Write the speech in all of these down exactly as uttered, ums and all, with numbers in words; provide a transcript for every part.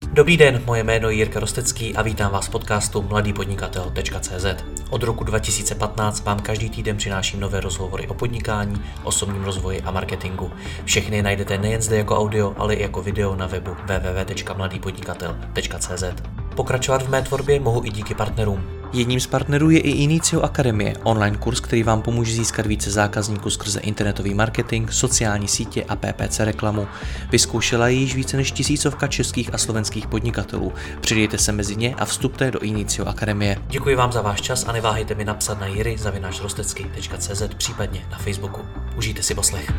Dobrý den, moje jméno je Jirka Rostecký a vítám vás v podcastu mladý podnikatel tečka cé zet. Od roku dva tisíce patnáct vám každý týden přináším nové rozhovory o podnikání, osobním rozvoji a marketingu. Všechny najdete nejen zde jako audio, ale i jako video na webu w w w tečka mladý podnikatel tečka cé zet. Pokračovat v mé tvorbě mohu i díky partnerům. Jedním z partnerů je i Inicio Akademie, online kurz, který vám pomůže získat více zákazníků skrze internetový marketing, sociální sítě a P P C reklamu. Vyzkoušela ji již více než tisícovka českých a slovenských podnikatelů. Přidejte se mezi ně a vstupte do Inicio Akademie. Děkuji vám za váš čas a neváhejte mi napsat na jiry zavináč rostecky tečka cé zet, případně na Facebooku. Užijte si poslech.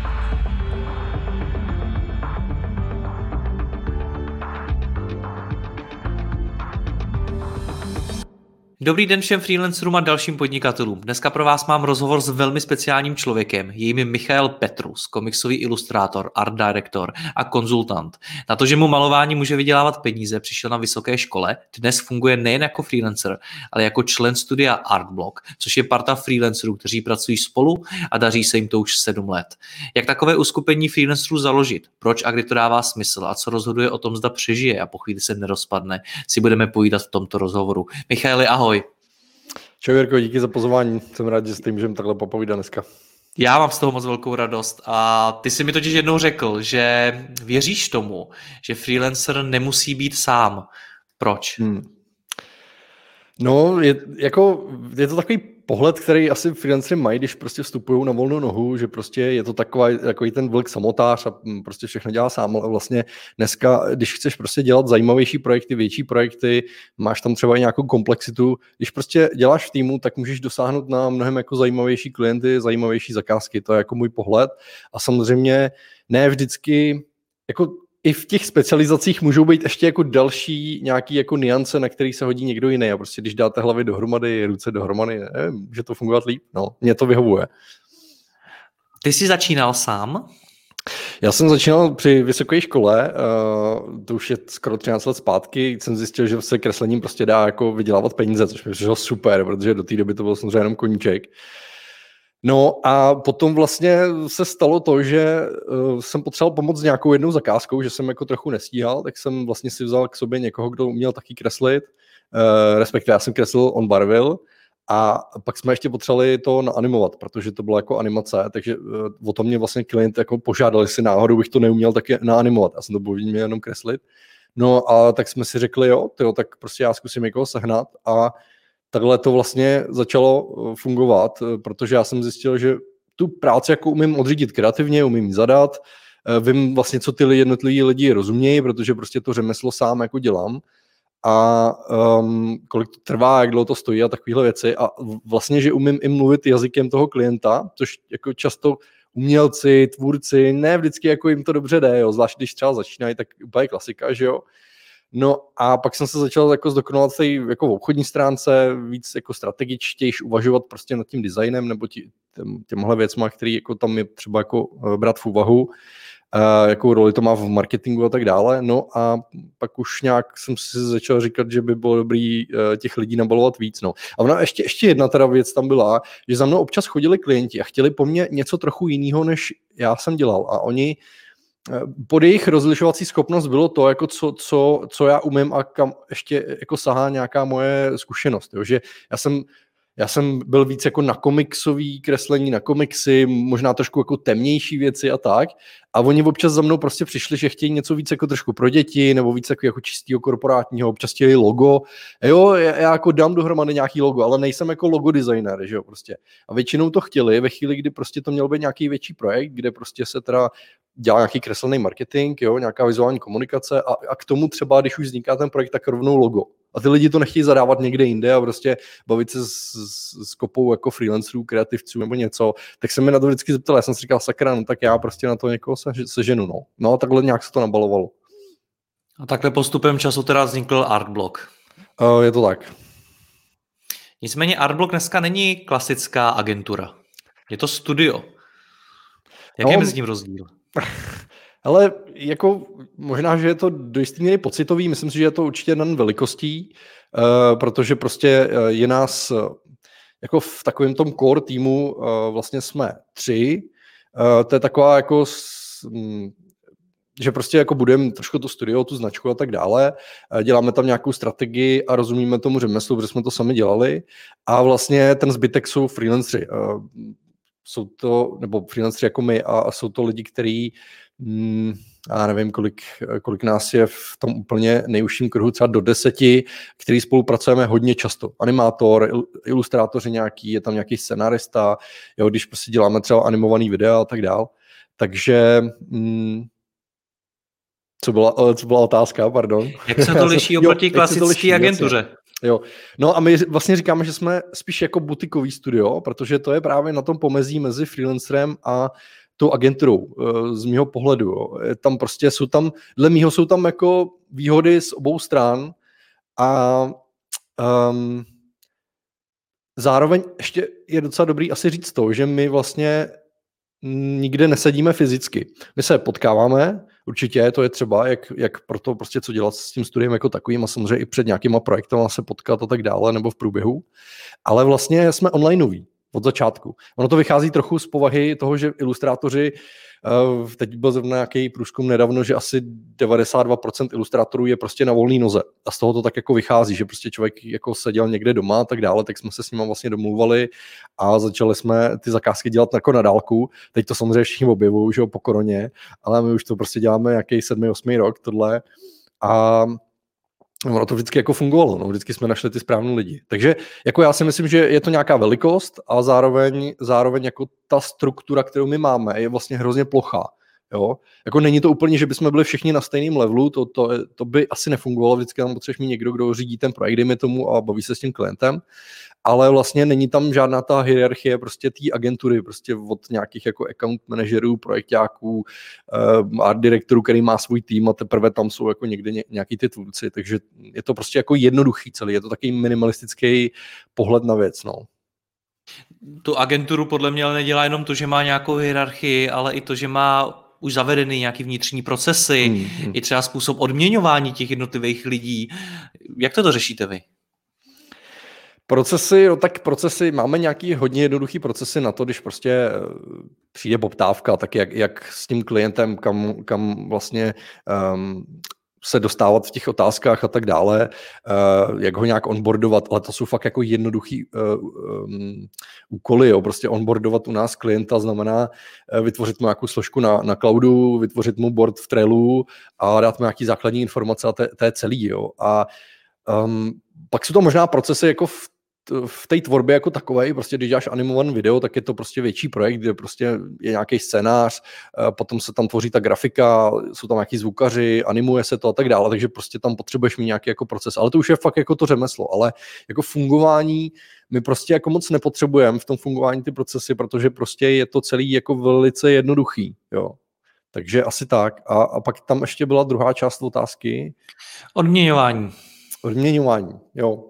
Dobrý den všem freelancerům a dalším podnikatelům. Dneska pro vás mám rozhovor s velmi speciálním člověkem. Je jim Michael Petrus, komiksový ilustrátor, art director a konzultant. Na to, že mu malování může vydělávat peníze, přišel na vysoké škole. Dnes funguje nejen jako freelancer, ale jako člen studia Artblock, což je parta freelancerů, kteří pracují spolu a daří se jim to už sedm let. Jak takové uskupení freelancerů založit? Proč a kdy to dává smysl? A co rozhoduje o tom, zda přežije a po chvíli se nerozpadne? Si budeme povídat v tomto rozhovoru. Michaeli, ahoj. Čau Jirko, díky za pozvání. Jsem rád, že s tím můžeme takhle popovídat dneska. Já mám z toho moc velkou radost a ty jsi mi totiž jednou řekl, že věříš tomu, že freelancer nemusí být sám. Proč? Hmm. No, je, jako, je to takový pohled, který asi freelancery mají, když prostě vstupují na volnou nohu, že prostě je to takový, takový ten vlk samotář a prostě všechno dělá sám, ale vlastně dneska, když chceš prostě dělat zajímavější projekty, větší projekty, máš tam třeba i nějakou komplexitu, když prostě děláš v týmu, tak můžeš dosáhnout na mnohem jako zajímavější klienty, zajímavější zakázky, to je jako můj pohled a samozřejmě ne vždycky jako i v těch specializacích můžou být ještě jako další nějaký jako niance, na který se hodí někdo jiný. A prostě když dáte hlavy dohromady, ruce dohromady, nevím, může to fungovat líp. No, mně to vyhovuje. Ty jsi začínal sám? Já jsem začínal při vysoké škole, uh, to už je skoro třináct let zpátky, jsem zjistil, že se kreslením prostě dá jako vydělávat peníze, což mi přišlo super, protože do té doby to byl samozřejmě jenom koníček. No a potom vlastně se stalo to, že uh, jsem potřeboval pomoct s nějakou jednou zakázkou, že jsem jako trochu nestíhal, tak jsem vlastně si vzal k sobě někoho, kdo uměl taky kreslit, uh, respektive já jsem kreslil, on barvil a pak jsme ještě potřebovali to naanimovat, protože to byla jako animace, takže uh, o tom mě vlastně klient jako požádal, jestli náhodou bych to neuměl taky naanimovat, já jsem to byl jenom kreslit. No a tak jsme si řekli, jo, tyjo, tak prostě já zkusím někoho sehnat a takhle to vlastně začalo fungovat, protože já jsem zjistil, že tu práci jako umím odřídit kreativně, umím ji zadat, vím vlastně, co ty jednotliví lidi rozumějí, protože prostě to řemeslo sám jako dělám a um, kolik to trvá, jak dlouho to stojí a takovéhle věci a vlastně, že umím i mluvit jazykem toho klienta, což jako často umělci, tvůrci, ne vždycky jako jim to dobře jde, jo, zvlášť když třeba začínají, tak úplně klasika, že jo. No a pak jsem se začal jako zdokonalovat té jako v obchodní stránce, víc jako strategičtější uvažovat prostě nad tím designem nebo tí, těm, těmhle věcma, který jako tam je třeba jako brát v úvahu, uh, jakou roli to má v marketingu a tak dále. No a pak už nějak jsem si začal říkat, že by bylo dobrý uh, těch lidí nabalovat víc. No. A ona ještě, ještě jedna teda věc tam byla, že za mnou občas chodili klienti a chtěli po mně něco trochu jiného, než já jsem dělal a oni pod jejich rozlišovací schopnost bylo to, jako co, co, co já umím a kam ještě jako sahá nějaká moje zkušenost. Jo? Že já jsem, já jsem byl víc jako na komiksový kreslení, na komiksy, možná trošku jako temnější věci a tak. A oni občas za mnou prostě přišli, že chtějí něco víc jako trošku pro děti, nebo víc jako, jako čistého korporátního, občas chtějí logo. A jo, já, já jako dám dohromady nějaký logo, ale nejsem jako logo designer, že jo, prostě. A většinou to chtěli ve chvíli, kdy prostě to měl být nějaký větší projekt, kde prostě se teda dělá nějaký kreslený marketing, jo, nějaká vizuální komunikace a, a k tomu třeba, když už vzniká ten projekt, tak rovnou logo. A ty lidi to nechtějí zadávat někde jinde a prostě bavit se s, s, s kopou jako freelancerů, kreativců nebo něco, tak se mi na to vždycky zeptal, já jsem si říkal, sakra, no tak já prostě na to někoho se, seženu, no. No a takhle nějak se to nabalovalo. A takhle postupem času teda vznikl Artblock. Uh, je to tak. Nicméně Artblock dneska není klasická agentura. Je to studio. Jaký no, je mezi tím rozdíl? Ale jako možná, že je to do jistý míry pocitový, myslím si, že je to určitě dan velikostí, uh, protože prostě uh, je nás uh, jako v takovém tom core týmu uh, vlastně jsme tři. Uh, to je taková jako s, um, že prostě jako budeme trošku to studio, tu značku a tak dále, děláme tam nějakou strategii a rozumíme tomu řemeslu, protože jsme to sami dělali a vlastně ten zbytek jsou freelanceri. Jsou to, nebo freelanceri jako my a jsou to lidi, kteří hmm, já nevím, kolik, kolik nás je v tom úplně nejužším kruhu, třeba do deseti, který spolupracujeme hodně často. Animátor, ilustrátoři nějaký, je tam nějaký scenárista, jo, když prostě děláme třeba animovaný videa a tak dál. Takže hmm, co byla, co byla otázka, pardon? Jak se to liší oproti klasické agentuře? Jasně. Jo. No a my vlastně říkáme, že jsme spíš jako butikový studio, protože to je právě na tom pomezí mezi freelancerem a tou agenturou, z mýho pohledu. Jo. Tam prostě jsou tam, dle mýho jsou tam jako výhody z obou stran a um, zároveň ještě je docela dobrý asi říct to, že my vlastně nikde nesedíme fyzicky. My se potkáváme, určitě to je třeba, jak, jak pro to prostě co dělat s tím studiem jako takovým a samozřejmě i před nějakýma projektama se potkat a tak dále nebo v průběhu, ale vlastně jsme onlineoví od začátku. Ono to vychází trochu z povahy toho, že ilustrátoři, teď byl zrovna nějaký průzkum nedávno, že asi devadesát dva procent ilustrátorů je prostě na volné noze. A z toho to tak jako vychází, že prostě člověk jako seděl někde doma a tak dále, tak jsme se s nimi vlastně domluvali a začali jsme ty zakázky dělat jako na dálku. Teď to samozřejmě všichni objevují, že jo, po koroně, ale my už to prostě děláme nějaký sedmý, osmý rok tohle a ono to vždycky jako fungovalo, no, vždycky jsme našli ty správné lidi. Takže jako já si myslím, že je to nějaká velikost a zároveň, zároveň jako ta struktura, kterou my máme, je vlastně hrozně plochá. Jo? Jako není to úplně, že bychom byli všichni na stejném levelu, to, to, to by asi nefungovalo, vždycky tam potřebuješ mít někdo, kdo řídí ten projekt, dejme tomu a baví se s tím klientem, ale vlastně není tam žádná ta hierarchie prostě té agentury, prostě od nějakých jako account manažerů, projektáků, uh, art direktorů, který má svůj tým a teprve tam jsou jako někde ně, nějaký ty tvůrci, takže je to prostě jako jednoduchý celý, je to takový minimalistický pohled na věc, no. Tu agenturu podle mě nedělá jenom to, že má nějakou hierarchii, ale i to, že má už zavedený nějaký vnitřní procesy, hmm, hmm. i třeba způsob odměňování těch jednotlivých lidí. Jak to, to řešíte vy? Procesy, no tak procesy, máme nějaký hodně jednoduchý procesy na to, když prostě přijde poptávka, tak jak, jak s tím klientem, kam, kam vlastně um, se dostávat v těch otázkách a tak dále, uh, jak ho nějak onboardovat, ale to jsou fakt jako jednoduchý uh, um, úkoly, jo. Prostě onboardovat u nás klienta znamená uh, vytvořit mu nějakou složku na, na cloudu, vytvořit mu board v Trellu a dát mu nějaký základní informace a to je celý, jo. A um, pak jsou to možná procesy jako v v té tvorbě jako takové, prostě když děláš animovaný video, tak je to prostě větší projekt, kde prostě je nějaký scénář, potom se tam tvoří ta grafika, jsou tam nějaký zvukaři, animuje se to a tak dále, takže prostě tam potřebuješ mít nějaký jako proces, ale to už je fakt jako to řemeslo, ale jako fungování my prostě jako moc nepotřebujeme v tom fungování ty procesy, protože prostě je to celý jako velice jednoduchý, jo. Takže asi tak. A, a pak tam ještě byla druhá část otázky. Odměňování. Odměňování, jo.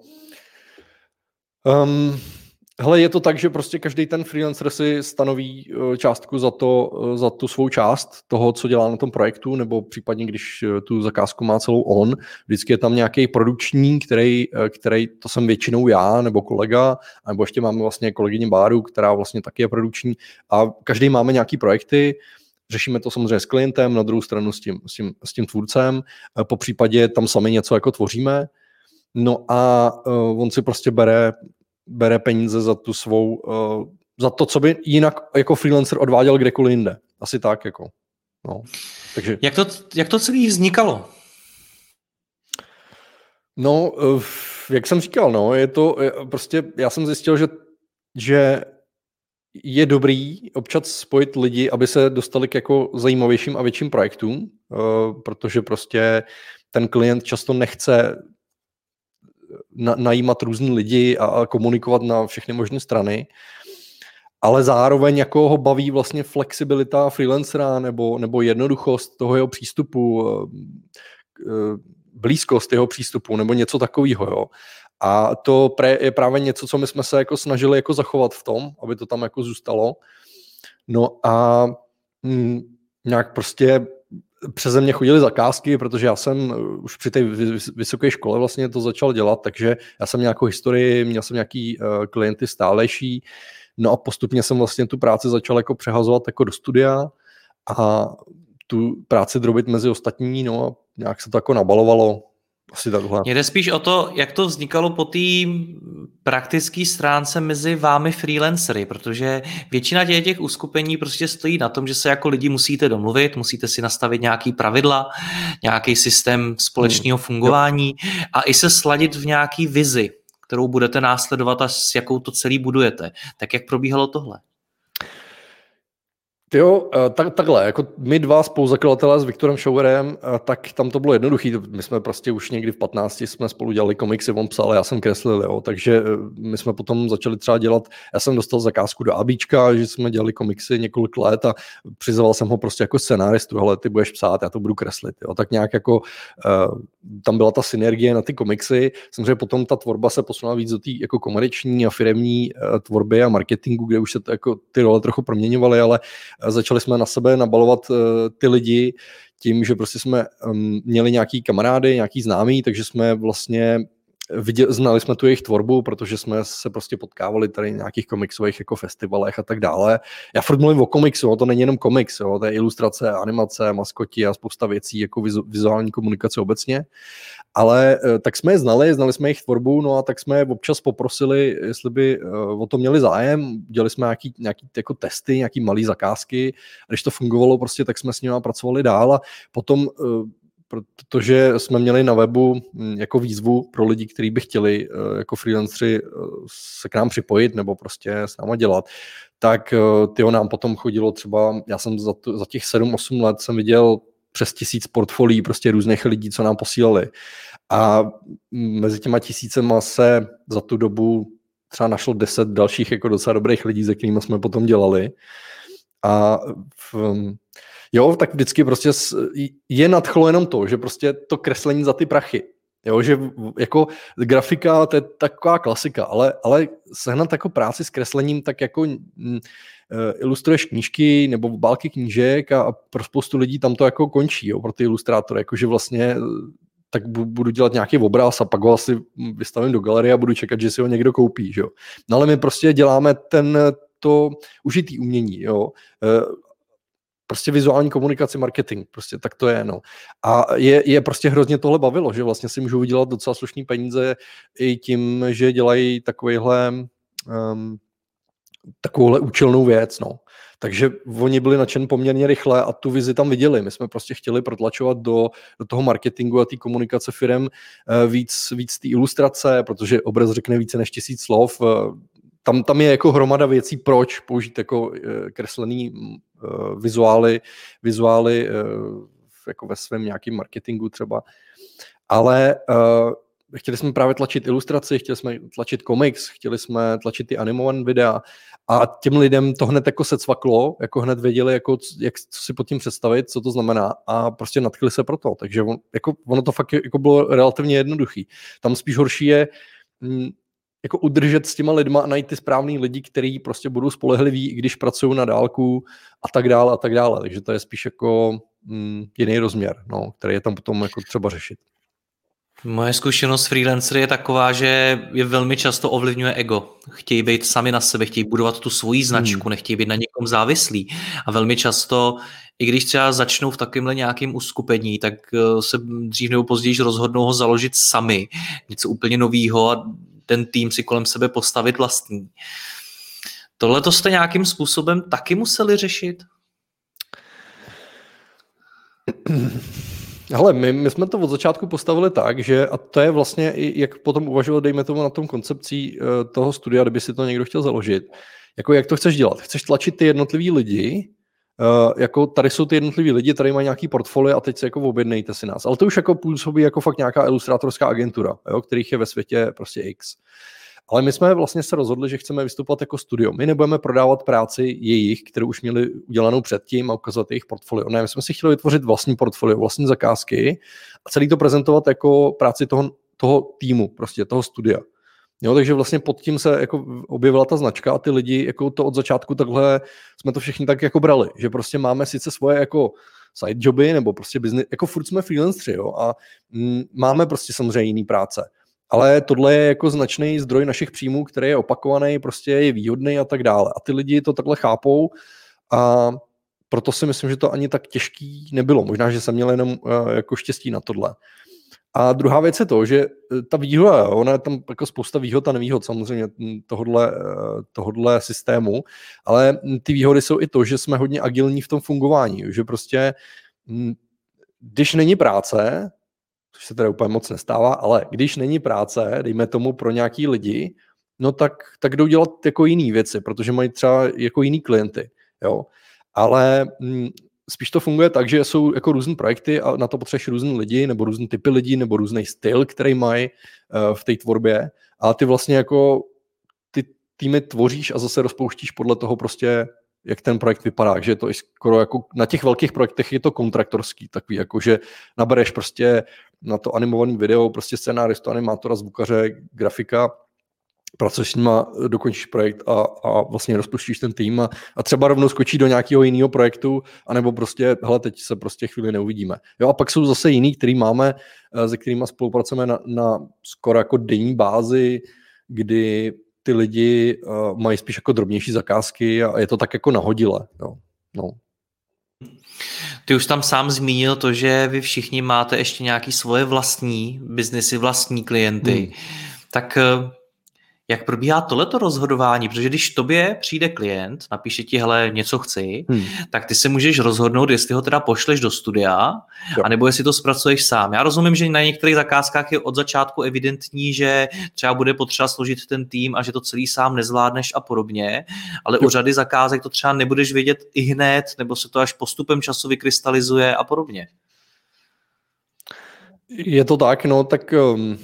Um, hele, je to tak, že prostě každý ten freelancer si stanoví částku za, to, za tu svou část toho, co dělá na tom projektu, nebo případně, když tu zakázku má celou on, vždycky je tam nějaký produkční, který, který to jsem většinou já, nebo kolega, nebo ještě máme vlastně kolegyni Báru, která vlastně taky je produkční a každý máme nějaký projekty, řešíme to samozřejmě s klientem, na druhou stranu s tím, s tím, s tím tvůrcem, po případě tam sami něco jako tvoříme. No a uh, on si prostě bere, bere peníze za tu svou, uh, za to, co by jinak jako freelancer odváděl kdekoliv jinde. Asi tak, jako. No. Takže... Jak to, jak to celý vznikalo? No, uh, jak jsem říkal, no, je to, je, prostě já jsem zjistil, že, že je dobrý občas spojit lidi, aby se dostali k jako zajímavějším a větším projektům, uh, protože prostě ten klient často nechce Na, najímat různý lidi a, a komunikovat na všechny možné strany, ale zároveň jako ho baví vlastně flexibilita freelancera nebo, nebo jednoduchost toho jeho přístupu, blízkost jeho přístupu nebo něco takového. Jo. A to je právě něco, co my jsme se jako snažili jako zachovat v tom, aby to tam jako zůstalo. No a hm, nějak prostě přeze mě chodily zakázky, protože já jsem už při té vysoké škole vlastně to začal dělat, takže já jsem nějakou historii, měl jsem nějaký uh, klienty stálejší, no a postupně jsem vlastně tu práci začal jako přehazovat jako do studia a tu práci drobit mezi ostatní, no a nějak se to jako nabalovalo. Asi takhle. Mně jde spíš o to, jak to vznikalo po té praktické stránce mezi vámi freelancery, protože většina těch, těch uskupení prostě stojí na tom, že se jako lidi musíte domluvit, musíte si nastavit nějaký pravidla, nějaký systém společného fungování hmm. a i se sladit v nějaký vizi, kterou budete následovat a s jakou to celý budujete. Tak jak probíhalo tohle? Jo, tak, takhle, jako my dva spoluzakladatelé s Viktorem Schauerem, tak tam to bylo jednoduché. My jsme prostě už někdy v patnácti jsme spolu dělali komiksy, on psal, já jsem kreslil, jo, takže my jsme potom začali třeba dělat, já jsem dostal zakázku do ABčka, že jsme dělali komiksy několik let a přizval jsem ho prostě jako scenáristu, hele, ty budeš psát, já to budu kreslit, jo, tak nějak jako uh, tam byla ta synergie na ty komiksy, samozřejmě potom ta tvorba se posunula víc do té jako komerční a firemní uh, tvorby a marketingu, kde už se to jako ty role trochu proměňovaly, ale začali jsme na sebe nabalovat uh, ty lidi tím, že prostě jsme um, měli nějaký kamarády, nějaký známí, takže jsme vlastně viděli, znali jsme tu jejich tvorbu, protože jsme se prostě potkávali tady v nějakých komiksových jako festivalech a tak dále. Já furt mluvím o komiksu, no, to není jenom komiks, jo, to je ilustrace, animace, maskoti a spousta věcí, jako vizu, vizuální komunikace obecně. Ale tak jsme je znali, znali jsme jejich tvorbu, no a tak jsme je občas poprosili, jestli by uh, o to měli zájem, dělali jsme nějaký, nějaký jako testy, nějaký malý zakázky, a když to fungovalo prostě, tak jsme s nimi pracovali dál a potom uh, protože jsme měli na webu jako výzvu pro lidi, kteří by chtěli jako freelanceri se k nám připojit nebo prostě s náma dělat, tak tyho nám potom chodilo třeba, já jsem za, to, za těch sedm osm let jsem viděl přes tisíc portfolií prostě různých lidí, co nám posílali. A mezi těma tisícema se za tu dobu třeba našlo deset dalších jako docela dobrých lidí, se kterými jsme potom dělali. A v, jo, tak vždycky prostě je nadchlo jenom to, že prostě to kreslení za ty prachy. Jo, že jako grafika, to je taková klasika, ale, ale sehnat jako práci s kreslením, tak jako mm, ilustruješ knížky nebo obálky knížek a, a pro spoustu lidí tam to jako končí, jo, pro ty ilustrátory, jakože vlastně tak budu dělat nějaký obraz a pak ho asi vystavím do galerie a budu čekat, že si ho někdo koupí, jo. No ale my prostě děláme ten, to užitý umění, jo. Prostě vizuální komunikaci, marketing, prostě tak to je, no. A je, je prostě hrozně tohle bavilo, že vlastně si můžou vydělat docela slušný peníze i tím, že dělají takovýhle, um, takovouhle účelnou věc, no. Takže oni byli nadšen poměrně rychle a tu vizi tam viděli. My jsme prostě chtěli protlačovat do, do toho marketingu a té komunikace firem víc, víc té ilustrace, protože obraz řekne více než tisíc slov. Tam, tam je jako hromada věcí, proč použít jako kreslený uh, vizuály, vizuály uh, jako ve svém nějakém marketingu třeba. Ale uh, chtěli jsme právě tlačit ilustraci, chtěli jsme tlačit komiks, chtěli jsme tlačit ty animované videa a těm lidem to hned jako se cvaklo, jako hned věděli, jako, jak, co si pod tím představit, co to znamená a prostě nadchli se pro to. Takže on, jako, ono to fakt jako bylo relativně jednoduchý. Tam spíš horší je mm, jako udržet s těma lidma a najít ty správný lidi, kteří prostě budou spolehliví, i když pracují na dálku a tak dále a tak dále. Takže to je spíš jako mm, jiný rozměr, no, který je tam potom jako třeba řešit. Moje zkušenost freelancer je taková, že je velmi často ovlivňuje ego. Chtějí být sami na sebe, chtějí budovat tu svoji značku, hmm. nechtějí být na někom závislí. A velmi často, i když třeba začnou v takovémhle nějakém uskupení, tak se dřív nebo později rozhodnou ho založit sami. Něco úplně novýho a ten tým si kolem sebe postavit vlastní. Tohle to jste nějakým způsobem taky museli řešit? Hele, my, my jsme to od začátku postavili tak, že a to je vlastně i jak potom uvažovat, dejme tomu na tom koncepcí uh, toho studia, kdyby si to někdo chtěl založit. Jako jak to chceš dělat? Chceš tlačit ty jednotlivý lidi, uh, jako tady jsou ty jednotliví lidi, tady mají nějaký portfolio a teď se jako objednejte si nás. Ale to už jako působí jako fakt nějaká ilustrátorská agentura, jo, kterých je ve světě prostě X. Ale my jsme vlastně se rozhodli, že chceme vystupovat jako studio. My nebudeme prodávat práci jejich, kterou už měli udělanou předtím a ukazovat jejich portfolio. Ne, my jsme si chtěli vytvořit vlastní portfolio, vlastní zakázky a celý to prezentovat jako práci toho, toho týmu, prostě toho studia. Jo, takže vlastně pod tím se jako objevila ta značka a ty lidi jako to od začátku takhle jsme to všichni tak jako brali, že prostě máme sice svoje jako side joby nebo prostě business, jako furt jsme freelanceri, jo, a mm, máme prostě samozřejmě jiný práce. Ale tohle je jako značný zdroj našich příjmů, který je opakovaný, prostě je výhodný a tak dále. A ty lidi to takhle chápou a proto si myslím, že to ani tak těžký nebylo. Možná, že jsem měl jenom uh, jako štěstí na tohle. A druhá věc je to, že ta výhoda, ona je tam jako spousta výhod a nevýhod samozřejmě tohodle, tohodle systému, ale ty výhody jsou i to, že jsme hodně agilní v tom fungování, že prostě když není práce, což se teda úplně moc nestává, ale když není práce, dejme tomu pro nějaký lidi, no tak, tak jdou dělat jako jiný věci, protože mají třeba jako jiný klienty, jo. Ale m, spíš to funguje tak, že jsou jako různý projekty a na to potřebuješ různý lidi, nebo různý typy lidí, nebo různý styl, který mají uh, v té tvorbě. A ty vlastně jako ty týmy tvoříš a zase rozpouštíš podle toho prostě, jak ten projekt vypadá. Takže je to i skoro jako na těch velkých projektech je to kontraktorský, takový jako, že nabereš prostě na to animovaný video, prostě scénáristu, animátora, zvukaře, grafika, pracuješ s nima, dokončíš projekt a, a vlastně rozpuštíš ten tým a, a třeba rovnou skočí do nějakého jiného projektu, anebo prostě, hele, teď se prostě chvíli neuvidíme. Jo, a pak jsou zase jiný, který máme, se kterými spolupracujeme na, na skoro jako denní bázi, kdy ty lidi uh, mají spíš jako drobnější zakázky a je to tak jako nahodile. Jo. No. Ty už tam sám zmínil to, že vy všichni máte ještě nějaké svoje vlastní biznesy, vlastní klienty. Hmm. Tak jak probíhá tohleto rozhodování? Protože když tobě přijde klient, napíše ti, hele, něco chci, hmm. tak ty se můžeš rozhodnout, jestli ho teda pošleš do studia, jo. anebo jestli to zpracuješ sám. Já rozumím, že na některých zakázkách je od začátku evidentní, že třeba bude potřeba složit ten tým a že to celý sám nezvládneš a podobně, ale jo. u řady zakázek to třeba nebudeš vědět i hned, nebo se to až postupem času vykrystalizuje a podobně. Je to tak, no, tak... Um...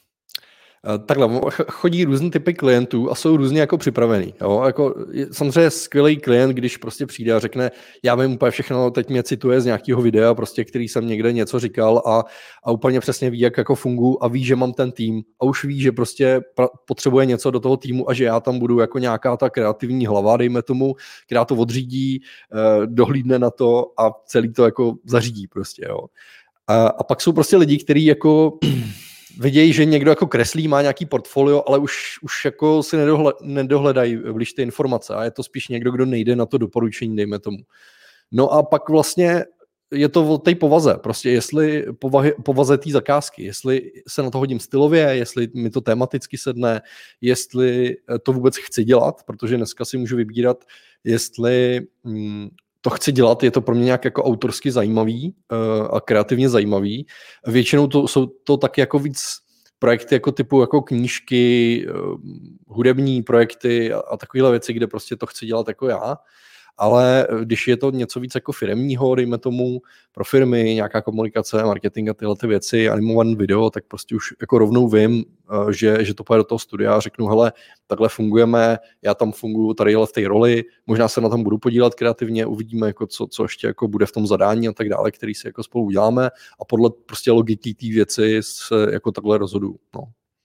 Takhle, chodí různý typy klientů a jsou různě jako připravený. Jo? Jako, samozřejmě skvělý klient, když prostě přijde a řekne, já vím úplně všechno, teď mě cituje z nějakého videa, prostě, který jsem někde něco říkal a, a úplně přesně ví, jak jako funguji a ví, že mám ten tým a už ví, že prostě pra- potřebuje něco do toho týmu a že já tam budu jako nějaká ta kreativní hlava, dejme tomu, která to odřídí, eh, dohlídne na to a celý to jako zařídí prostě. Jo? A, a pak jsou prostě lidi, kteří jako vidějí, že někdo jako kreslí, má nějaký portfolio, ale už, už jako si nedohle, nedohledají blíž ty informace a je to spíš někdo, kdo nejde na to doporučení, dejme tomu. No a pak vlastně je to o té povaze, prostě jestli povahy, povaze té zakázky, jestli se na to hodím stylově, jestli mi to tematicky sedne, jestli to vůbec chci dělat, protože dneska si můžu vybírat, jestli hm, to chci dělat, je to pro mě nějak jako autorsky zajímavý uh, a kreativně zajímavý. Většinou to, jsou to taky jako víc projekty jako typu jako knížky, uh, hudební projekty a, a takovéhle věci, kde prostě to chci dělat jako já. Ale když je to něco víc jako firemního, dejme tomu pro firmy, nějaká komunikace, marketing a tyhle ty věci, animovaný video, tak prostě už jako rovnou vím, že, že to půjde do toho studia a řeknu, hele, takhle fungujeme, já tam funguji tady v té roli, možná se na tom budu podílet kreativně, uvidíme, jako co, co ještě jako bude v tom zadání a tak dále, který si jako spolu uděláme a podle prostě logiky té věci se jako takhle rozhoduju. No.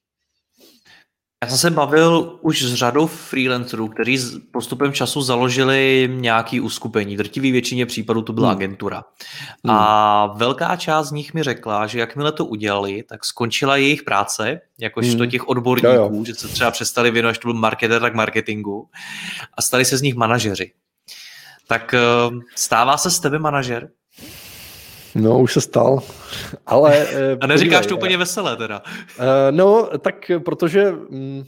Já jsem se bavil už s řadou freelancerů, kteří postupem času založili nějaké uskupení. V drtivé většině případů to byla hmm. agentura. Hmm. A velká část z nich mi řekla, že jakmile to udělali, tak skončila jejich práce, jakožto hmm. těch odborníků, jo, jo. že se třeba přestali věnovat, že to byl marketer, tak marketingu a stali se z nich manažeři. Tak stává se z tebe manažer? No, už se stal, ale... A neříkáš podívej, to úplně veselé teda. No, tak protože mm,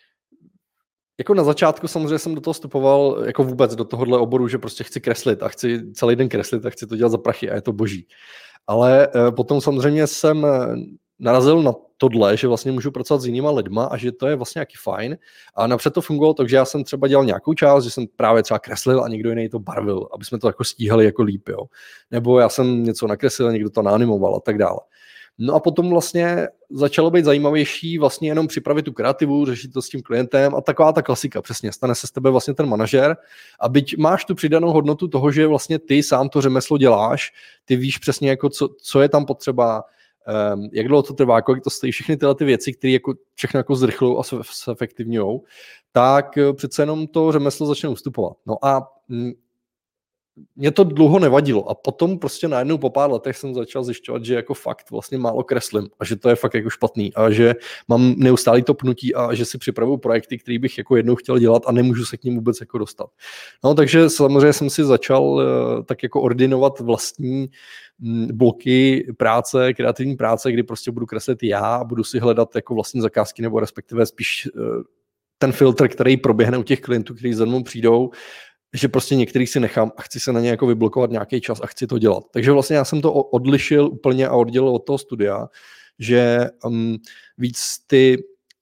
jako na začátku samozřejmě jsem do toho vstupoval jako vůbec do tohohle oboru, že prostě chci kreslit a chci celý den kreslit a chci to dělat za prachy a je to boží. Ale potom samozřejmě jsem narazil na tohle, že vlastně můžu pracovat s jinýma lidma a že to je vlastně nějaký fajn. A napřed to fungovalo tak, že já jsem třeba dělal nějakou část, že jsem právě třeba kreslil a někdo jiný to barvil, aby jsme to jako stíhali jako líp, jo. Nebo já jsem něco nakreslil a někdo to naanimoval a tak dále. No a potom vlastně začalo být zajímavější vlastně jenom připravit tu kreativu, řešit to s tím klientem a taková ta klasika, přesně, stane se z tebe vlastně ten manažer a byť máš tu přidanou hodnotu toho, že vlastně ty sám to řemeslo děláš, ty víš přesně jako co, co je tam potřeba, Um, jak dlouho to trvá, kolik to stojí, všechny tyhle ty věci, které jako všechno jako zrychlujou a zefektivňujou, tak přece jenom to řemeslo začne ustupovat. No a m, mě to dlouho nevadilo a potom prostě najednou po pár letech jsem začal zjišťovat, že jako fakt vlastně málo kreslím a že to je fakt jako špatný a že mám neustálý to pnutí a že si připravuju projekty, které bych jako jednou chtěl dělat a nemůžu se k ním vůbec jako dostat. No takže samozřejmě jsem si začal uh, tak jako ordinovat vlastní m, bloky práce, kreativní práce, kdy prostě budu kreslit já a budu si hledat jako vlastní zakázky nebo respektive spíš uh, ten filtr, který proběhne u těch klientů, kteří za mnou přijdou, že prostě některých si nechám a chci se na ně jako vyblokovat nějaký čas a chci to dělat. Takže vlastně já jsem to odlišil úplně a oddělil od toho studia, že um, víc ty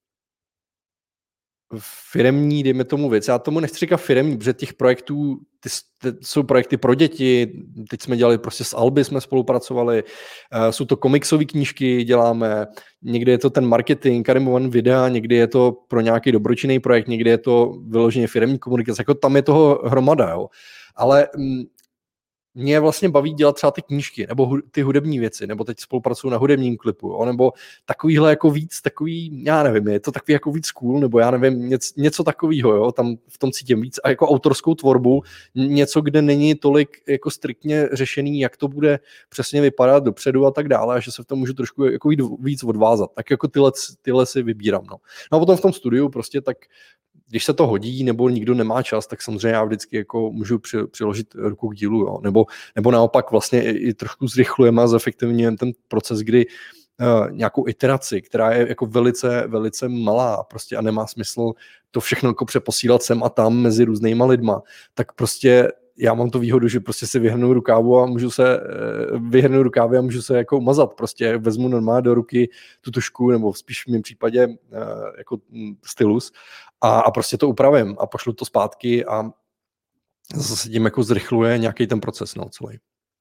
firemní, dejme tomu věc, já tomu nechci říkat firemní, protože těch projektů, ty, ty jsou projekty pro děti, teď jsme dělali prostě s Alby, jsme spolupracovali, uh, jsou to komiksové knížky, děláme, někdy je to ten marketing, animovaný videa, někdy je to pro nějaký dobročinný projekt, někdy je to vyloženě firemní komunikace, jako tam je toho hromada, jo. Ale um, mě vlastně baví dělat třeba ty knížky, nebo hu, ty hudební věci, nebo teď spolupracuju na hudebním klipu, jo, nebo takovýhle jako víc, takový, já nevím, je to takový jako víc cool, nebo já nevím, něco, něco takovýho, jo, tam v tom cítím víc a jako autorskou tvorbu, něco, kde není tolik jako striktně řešený, jak to bude přesně vypadat dopředu a tak dále, a že se v tom můžu trošku jako víc odvázat, tak jako tyhle, tyhle si vybírám, no. No a potom v tom studiu prostě tak když se to hodí, nebo nikdo nemá čas, tak samozřejmě já vždycky jako můžu při, přiložit ruku k dílu, jo. Nebo, nebo naopak vlastně i, i trošku zrychlujeme a zefektivňujeme ten proces, kdy uh, nějakou iteraci, která je jako velice, velice malá prostě a nemá smysl to všechno jako přeposílat sem a tam mezi různýma lidma, tak prostě já mám tu výhodu, že prostě si vyhrnu rukávu a můžu se vyhrnu rukávy a můžu se jako umazat. Prostě vezmu normálně do ruky tu tušku, nebo spíš v mém případě jako stylus a, a prostě to upravím a pošlu to zpátky a zase tím jako zrychluje nějaký ten proces, no, celý.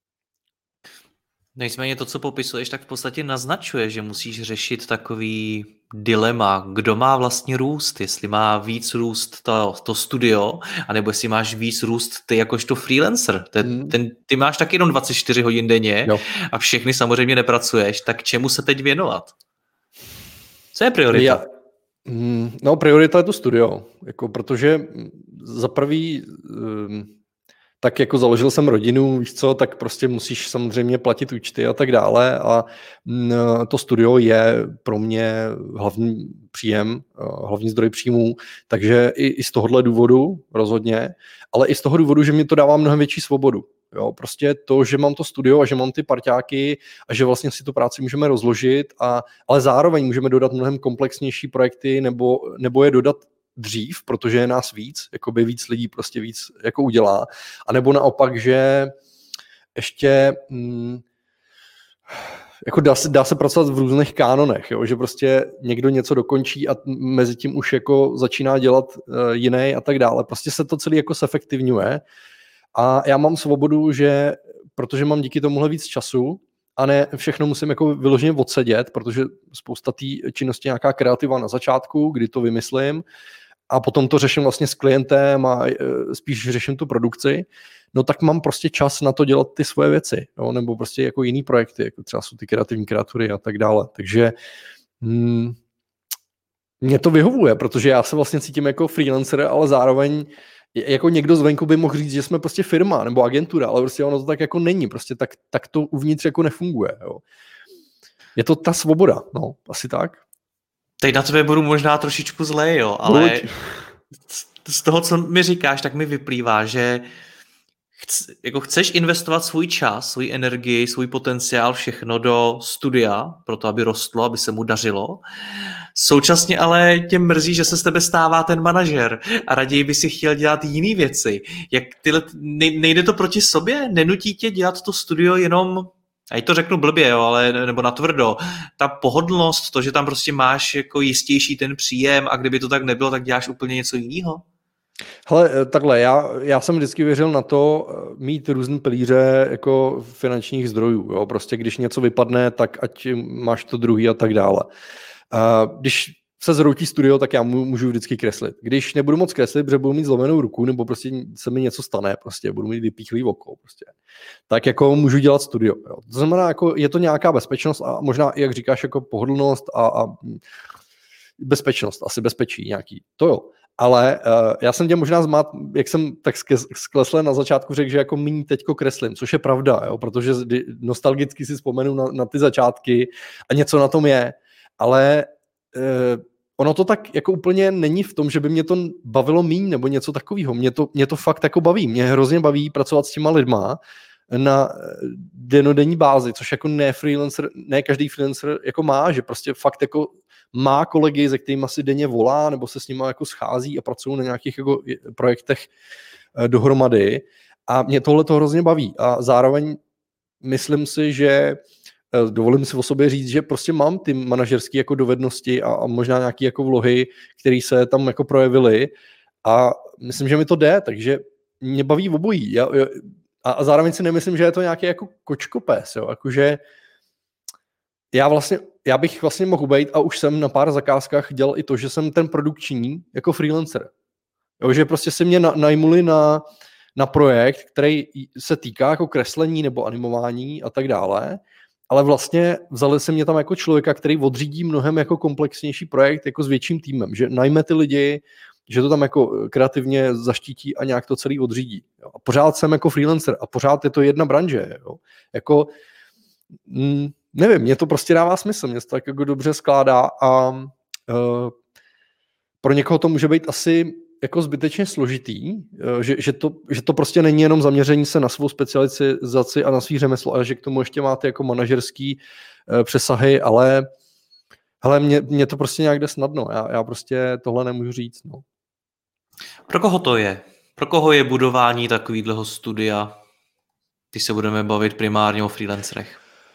Nicméně to, co popisuješ, tak v podstatě naznačuje, že musíš řešit takový dilema, kdo má vlastně růst, jestli má víc růst to, to studio, anebo jestli máš víc růst ty jakožto freelancer. Ten, hmm. ten, ty máš taky jenom dvacet čtyři hodin denně jo. A všechny samozřejmě nepracuješ, tak čemu se teď věnovat? Co je priorita? Já, no, priorita je to studio, jako, protože za prvý... Um, tak jako založil jsem rodinu, víš co, tak prostě musíš samozřejmě platit účty a tak dále a to studio je pro mě hlavní příjem, hlavní zdroj příjmů, takže i, i z tohohle důvodu rozhodně, ale i z toho důvodu, že mi to dává mnohem větší svobodu. Jo, prostě to, že mám to studio a že mám ty parťáky a že vlastně si tu práci můžeme rozložit, a, ale zároveň můžeme dodat mnohem komplexnější projekty nebo, nebo je dodat dřív, protože je nás víc, jakoby víc lidí prostě víc jako udělá, a nebo naopak, že ještě hm, jako dá se, dá se pracovat v různých kánonech, jo? Že prostě někdo něco dokončí a mezi tím už jako začíná dělat uh, jiný a tak dále. Prostě se to celé jako zefektivňuje a já mám svobodu, že protože mám díky tomuhle víc času a ne všechno musím jako vyloženě odsedět, protože spousta té činnosti je nějaká kreativa na začátku, kdy to vymyslím, a potom to řeším vlastně s klientem a spíš řeším tu produkci, no tak mám prostě čas na to dělat ty svoje věci, no, nebo prostě jako jiný projekty, jako třeba jsou ty kreativní kreatury a tak dále. Takže hmm, mě to vyhovuje, protože já se vlastně cítím jako freelancer, ale zároveň jako někdo zvenku by mohl říct, že jsme prostě firma nebo agentura, ale prostě ono to tak jako není, prostě tak, tak to uvnitř jako nefunguje. Jo. Je to ta svoboda, no, asi tak. Teď na tebe budu možná trošičku zlej, jo, ale z toho, co mi říkáš, tak mi vyplývá, že chc, jako chceš investovat svůj čas, svůj energii, svůj potenciál, všechno do studia, proto aby rostlo, aby se mu dařilo. Současně ale tě mrzí, že se z tebe stává ten manažer a raději by si chtěl dělat jiné věci. Jak tyhle, nejde to proti sobě? Nenutí tě dělat to studio jenom... Já to řeknu blbě, jo, ale nebo natvrdo. Ta pohodlnost, to, že tam prostě máš jako jistější ten příjem a kdyby to tak nebylo, tak děláš úplně něco jiného? Hele, takhle, já, já jsem vždycky věřil na to mít různý pilíře jako finančních zdrojů. Jo. Prostě když něco vypadne, tak ať máš to druhý a tak dále. A když se zroutí studio, tak já můžu vždycky kreslit. Když nebudu moc kreslit, protože budu mít zlomenou ruku, nebo prostě se mi něco stane, prostě budu mít vypíchlý oko, prostě, tak jako můžu dělat studio. Jo. To znamená, jako je to nějaká bezpečnost a možná, jak říkáš, jako pohodlnost a, a bezpečnost, asi bezpečí nějaký, to jo. Ale uh, já jsem tě možná zmát, jak jsem tak sklesle na začátku řekl, že jako míň teďko kreslím, což je pravda, jo, protože nostalgicky si vzpomenu na, na ty začátky a něco na tom je, ale uh, ono to tak jako úplně není v tom, že by mě to bavilo míň nebo něco takového. Mě to, mě to fakt jako baví. Mě hrozně baví pracovat s těma lidma na denodenní bázi, což jako ne freelancer, ne každý freelancer jako má, že prostě fakt jako má kolegy, se kterými si denně volá, nebo se s nimi jako schází a pracují na nějakých jako projektech dohromady. A mě tohle to hrozně baví. A zároveň myslím si, že dovolím si o sobě říct, že prostě mám ty manažerské jako dovednosti a, a možná nějaké jako vlohy, které se tam jako projevily. A myslím, že mi to jde, takže mě baví obojí. Já, já, a, a zároveň si nemyslím, že je to nějaký jako kočkopes, jo, jakože já vlastně, já bych vlastně mohl být a už jsem na pár zakázkách dělal i to, že jsem ten produkční jako freelancer. Jo, že prostě si mě na, najmuli na, na projekt, který se týká jako kreslení nebo animování a tak dále, ale vlastně vzali se mě tam jako člověka, který odřídí mnohem jako komplexnější projekt jako s větším týmem, že najme ty lidi, že to tam jako kreativně zaštítí a nějak to celý odřídí. Jo. A pořád jsem jako freelancer a pořád je to jedna branže. Jo. Jako, mm, nevím, mě to prostě dává smysl, mě to tak jako dobře skládá a uh, pro někoho to může být asi jako zbytečně složitý, uh, že, že, to, že to prostě není jenom zaměření se na svou specializaci a na svý řemeslo, ale že k tomu ještě máte jako manažerský uh, přesahy, ale hele, mě, mě to prostě nějak jde snadno, já, já prostě tohle nemůžu říct. No. Pro koho to je? Pro koho je budování takového studia, když se budeme bavit primárně o freelancerech?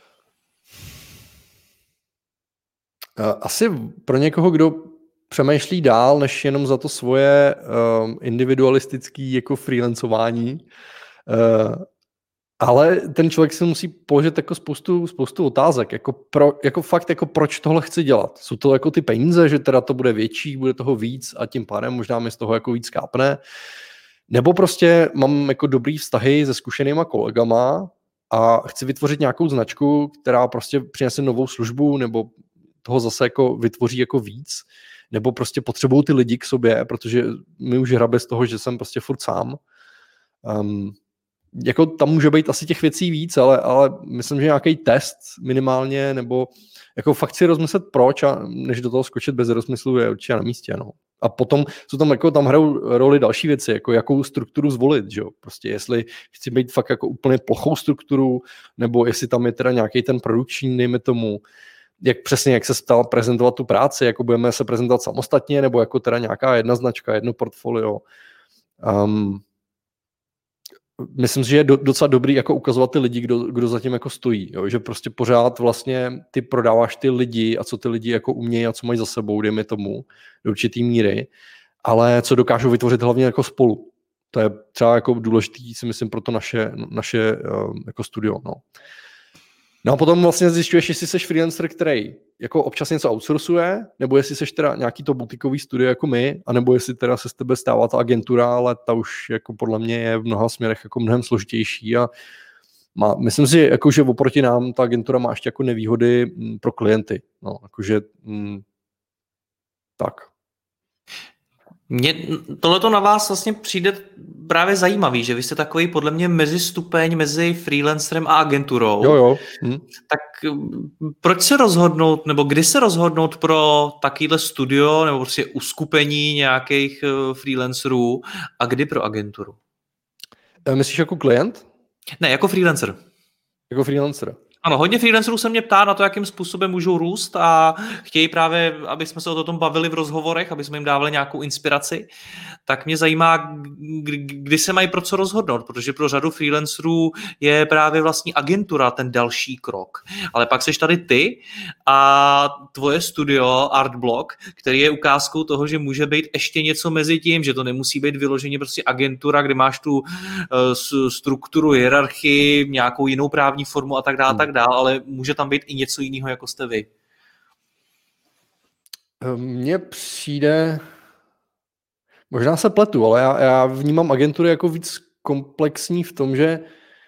Asi pro někoho, kdo přemýšlí dál, než jenom za to svoje um, individualistické jako freelancování. Uh, ale ten člověk si musí položit jako spoustu, spoustu otázek. Jako, pro, jako fakt, jako proč tohle chci dělat? Jsou to jako ty peníze, že teda to bude větší, bude toho víc a tím pádem možná mi z toho jako víc kápne. Nebo prostě mám jako dobrý vztahy se zkušenýma kolegama a chci vytvořit nějakou značku, která prostě přinese novou službu nebo toho zase jako vytvoří jako víc, nebo prostě potřebují ty lidi k sobě, protože mi už hrabe z toho, že jsem prostě furt sám. Um, jako tam může být asi těch věcí víc, ale, ale myslím, že nějaký test minimálně, nebo jako fakt si rozmyslet proč, a než do toho skočit bez rozmyslu je určitě na místě. No. A potom jsou tam, jako, tam hrajou roli další věci, jako jakou strukturu zvolit, že jo? Prostě jestli chci být fakt jako úplně plochou strukturu, nebo jestli tam je teda nějaký ten produkční, dejme tomu, jak přesně, jak se stal prezentovat tu práci, jako budeme se prezentovat samostatně, nebo jako teda nějaká jedna značka, jedno portfolio. Um, myslím si, že je do, docela dobrý jako ukazovat ty lidi, kdo, kdo zatím jako stojí, jo? Že prostě pořád vlastně ty prodáváš ty lidi a co ty lidi jako umějí a co mají za sebou, dejme tomu, do určitý míry, ale co dokážou vytvořit hlavně jako spolu. To je třeba jako důležitý, si myslím, pro to naše, naše uh, jako studio, no. No a potom vlastně zjišťuješ, jestli jsi freelancer, který jako občas něco outsourcuje, nebo jestli jsi teda nějaký to butikový studio jako my, anebo jestli teda se z tebe stává ta agentura, ale ta už jako podle mě je v mnoha směrech jako mnohem složitější a má, myslím si, jako, že oproti nám ta agentura má ještě jako nevýhody m, pro klienty. No, jakože m, tak. Mně tohleto na vás vlastně přijde právě zajímavý, že vy jste takový podle mě mezistupeň mezi freelancerem a agenturou. Jo, jo. Hm. Tak proč se rozhodnout, nebo kdy se rozhodnout pro takovýhle studio, nebo prostě uskupení nějakých freelancerů a kdy pro agenturu? Myslíš jako klient? Ne, jako freelancer. Jako freelancer. Ano, hodně freelancerů se mě ptá na to, jakým způsobem můžou růst a chtějí právě, aby jsme se o tom bavili v rozhovorech, aby jsme jim dávali nějakou inspiraci. Tak mě zajímá, kdy se mají pro co rozhodnout, protože pro řadu freelancerů je právě vlastní agentura ten další krok. Ale pak seš tady ty a tvoje studio Artblock, který je ukázkou toho, že může být ještě něco mezi tím, že to nemusí být vyloženě prostě agentura, kde máš tu uh, strukturu, hierarchii, nějakou jinou právní formu a tak dále, hmm. tak dál, ale může tam být i něco jiného, jako jste vy. Mně přijde, možná se pletu, ale já, já vnímám agentury jako víc komplexní v tom, že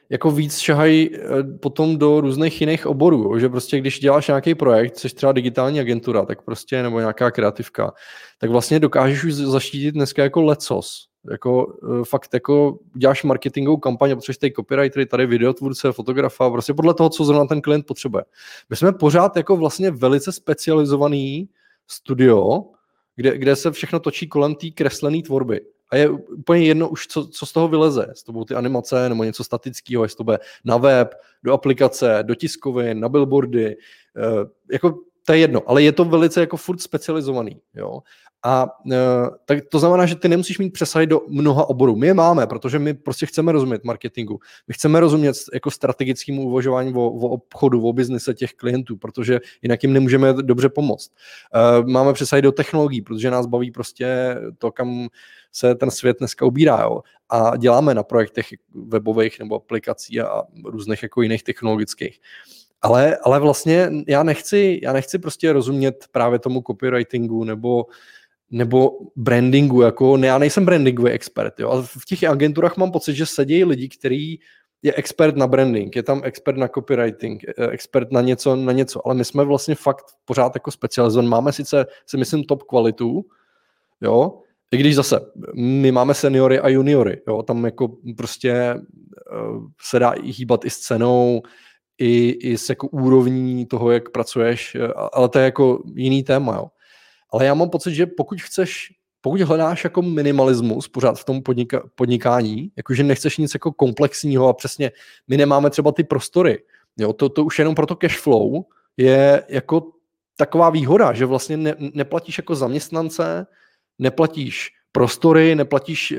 jako víc šahají potom do různých jiných oborů, jo? Že prostě když děláš nějaký projekt, což třeba digitální agentura, tak prostě, nebo nějaká kreativka, tak vlastně dokážeš už zaštítit dneska jako lecos. Jako fakt jako děláš marketingovou kampaň, potřebuješ tady copywritery, tady videotvůrce, fotografa, prostě podle toho, co zrovna ten klient potřebuje. My jsme pořád jako vlastně velice specializovaný studio, kde, kde se všechno točí kolem té kreslené tvorby. A je úplně jedno už, co, co z toho vyleze. Z toho ty animace nebo něco statického, jestli to bude na web, do aplikace, do tiskovin, na billboardy. E, jako to je jedno, ale je to velice jako furt specializovaný. Jo? A e, tak to znamená, že ty nemusíš mít přesahy do mnoha oborů. My je máme, protože my prostě chceme rozumět marketingu. My chceme rozumět jako strategickému uvažování o, o obchodu, o biznise těch klientů, protože jinak jim nemůžeme dobře pomoct. E, máme přesahy do technologií, protože nás baví prostě to, kam se ten svět dneska ubírá. Jo? A děláme na projektech webových nebo aplikací a různých jako jiných technologických. Ale, ale vlastně já nechci, já nechci prostě rozumět právě tomu copywritingu nebo nebo brandingu, jako ne, já nejsem brandingový expert, jo, ale v těch agenturách mám pocit, že sedějí lidi, který je expert na branding, je tam expert na copywriting, expert na něco, na něco, ale my jsme vlastně fakt pořád jako specializovaní, máme sice, si myslím, top kvalitu, jo, i když zase, my máme seniory a juniory, jo, tam jako prostě uh, se dá hýbat i s cenou, i, i s jako úrovní toho, jak pracuješ, ale to je jako jiný téma, jo. Ale já mám pocit, že pokud chceš, pokud hledáš jako minimalismus pořád v tom podnika, podnikání, jakože nechceš nic jako komplexního a přesně my nemáme třeba ty prostory, jo, to, to už jenom pro to cash flow je jako taková výhoda, že vlastně ne, neplatíš jako zaměstnance, neplatíš prostory, neplatíš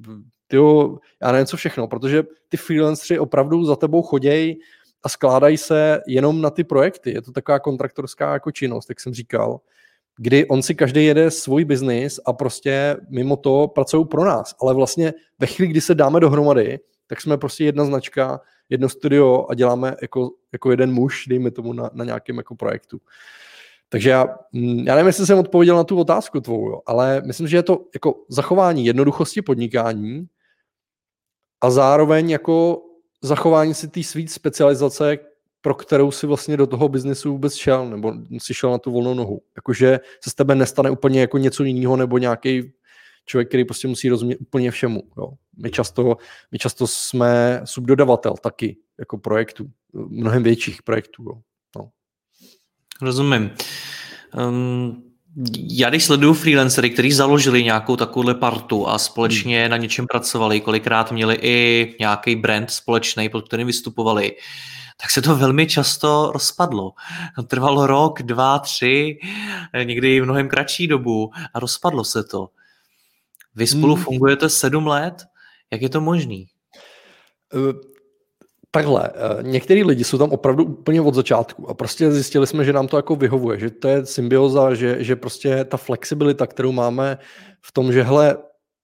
tyjo, já nevím co všechno, protože ty freelanceri opravdu za tebou chodějí a skládají se jenom na ty projekty. Je to taková kontraktorská jako činnost, jak jsem říkal, kdy on si každý jede svůj biznis a prostě mimo to pracují pro nás. Ale vlastně ve chvíli, kdy se dáme dohromady, tak jsme prostě jedna značka, jedno studio a děláme jako, jako jeden muž, dejme tomu na, na nějakém jako projektu. Takže já, já nevím, jestli jsem odpověděl na tu otázku tvou, jo, ale myslím, že je to jako zachování jednoduchosti podnikání a zároveň jako zachování si té svý specializace, pro kterou si vlastně do toho biznesu vůbec šel, nebo si šel na tu volnou nohu. Jakože se z tebe nestane úplně jako něco jiného, nebo nějaký člověk, který prostě musí rozumět úplně všemu. Jo. My, často, my často jsme subdodavatel taky, jako projektů, mnohem větších projektů. Jo. No. Rozumím. Um... Já když sleduju freelancery, kteří založili nějakou takovouhle partu a společně hmm. na něčem pracovali, kolikrát měli i nějaký brand společný, pod kterým vystupovali, tak se to velmi často rozpadlo. Trvalo rok, dva, tři, někdy mnohem kratší dobu a rozpadlo se to. Vy spolu hmm. fungujete sedm let? Jak je to možný? Uh... Takhle, některý lidi jsou tam opravdu úplně od začátku a prostě zjistili jsme, že nám to jako vyhovuje, že to je symbioza, že, že prostě ta flexibilita, kterou máme v tom, že hele,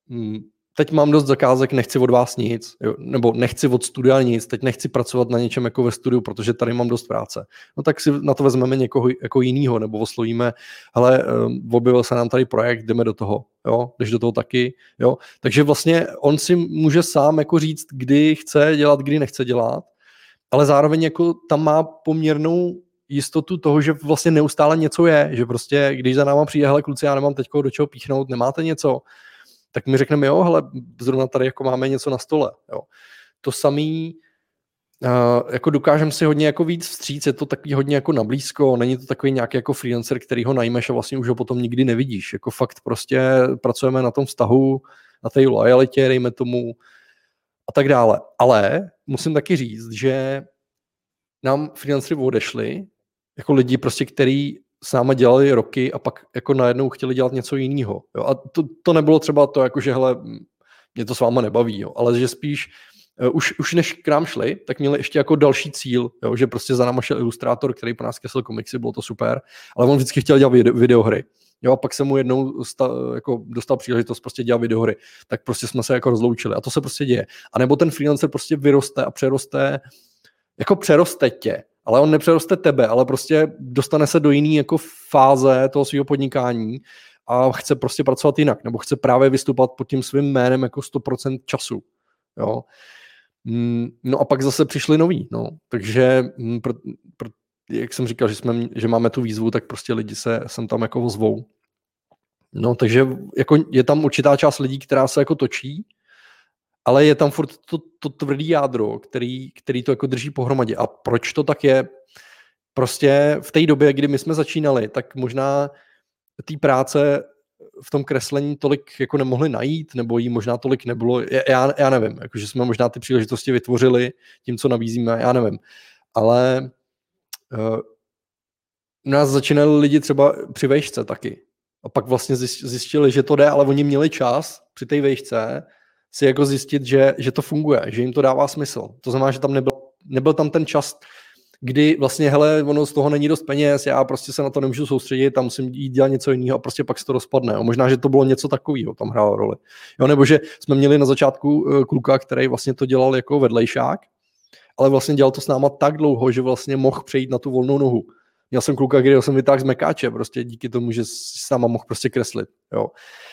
teď mám dost zakázek, nechci od vás nic, jo, nebo nechci od studia nic, teď nechci pracovat na něčem jako ve studiu, protože tady mám dost práce. No tak si na to vezmeme někoho jako jinýho, nebo oslovíme, hele, objevil se nám tady projekt, jdeme do toho, jo, jdeš do toho taky, jo. Takže vlastně on si může sám jako říct, kdy chce dělat, kdy nechce dělat, ale zároveň jako tam má poměrnou jistotu toho, že vlastně neustále něco je, že prostě, když za náma přijde, hele kluci, já nemám teďko do čeho píchnout, nemáte něco, tak my řekneme, jo, hele, zrovna tady jako máme něco na stole. Jo. To samý, uh, jako dokážeme si hodně jako víc vstříc, je to takový hodně jako nablízko, není to takový nějaký jako freelancer, který ho najmeš a vlastně už ho potom nikdy nevidíš. Jako fakt prostě pracujeme na tom vztahu, na té lojalitě, dejme tomu a tak dále. Ale musím taky říct, že nám freelanceri odešli, jako lidi prostě, který s náma dělali roky a pak jako najednou chtěli dělat něco jiného. Jo? A to, to nebylo třeba to, jako že hele, mě to s váma nebaví, jo? Ale že spíš uh, už, už než k nám šli, tak měli ještě jako další cíl, jo? Že prostě za náma šel ilustrátor, který pro nás kreslil komiksy, bylo to super, ale on vždycky chtěl dělat video, videohry. Jo? A pak se mu jednou sta, jako dostal příležitost prostě dělat videohry, tak prostě jsme se jako rozloučili a to se prostě děje. A nebo ten freelancer prostě vyroste a přeroste, jako přeroste tě, ale on nepřeroste tebe, ale prostě dostane se do jiný jako fáze toho svého podnikání a chce prostě pracovat jinak, nebo chce právě vystupovat pod tím svým jménem jako sto procent času. Jo? No a pak zase přišli noví, no. Takže, pro, pro, jak jsem říkal, že, jsme, že máme tu výzvu, tak prostě lidi se sem tam jako ozvou. No, takže jako je tam určitá část lidí, která se jako točí, ale je tam furt to, to tvrdý jádro, který, který to jako drží pohromadě. A proč to tak je? Prostě v té době, kdy my jsme začínali, tak možná té práce v tom kreslení tolik jako nemohli najít, nebo jí možná tolik nebylo, já, já nevím, jakože jsme možná ty příležitosti vytvořili tím, co nabízíme, já nevím. Ale uh, u nás začínali lidi třeba při vejšce taky. A pak vlastně zjistili, že to jde, ale oni měli čas při té vejšce si jako zjistit, že, že to funguje, že jim to dává smysl. To znamená, že tam nebyl, nebyl tam ten čas, kdy vlastně, hele, ono z toho není dost peněz, já prostě se na to nemůžu soustředit, tam musím jít dělat něco jiného a prostě pak se to rozpadne. Jo. Možná, že to bylo něco takového, tam hrálo roli. Jo, nebo že jsme měli na začátku kluka, který vlastně to dělal jako vedlejšák, ale vlastně dělal to s náma tak dlouho, že vlastně mohl přejít na tu volnou nohu. Měl jsem kluka, který jsem vytáhl z mekáče, prostě díky tomu, že s náma mohl prostě kreslit. Jo.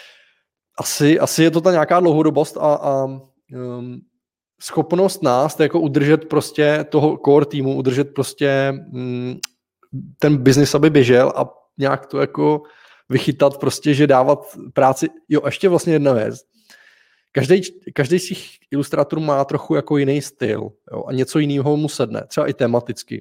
Asi, asi je to ta nějaká dlouhodobost a, a um, schopnost nás to jako udržet prostě toho core týmu, udržet prostě um, ten biznis, aby běžel a nějak to jako vychytat prostě, že dávat práci. Jo, a ještě vlastně jedna věc. Každý, každý z těch ilustrátorů má trochu jako jiný styl, jo, a něco jiného mu sedne, třeba i tematicky.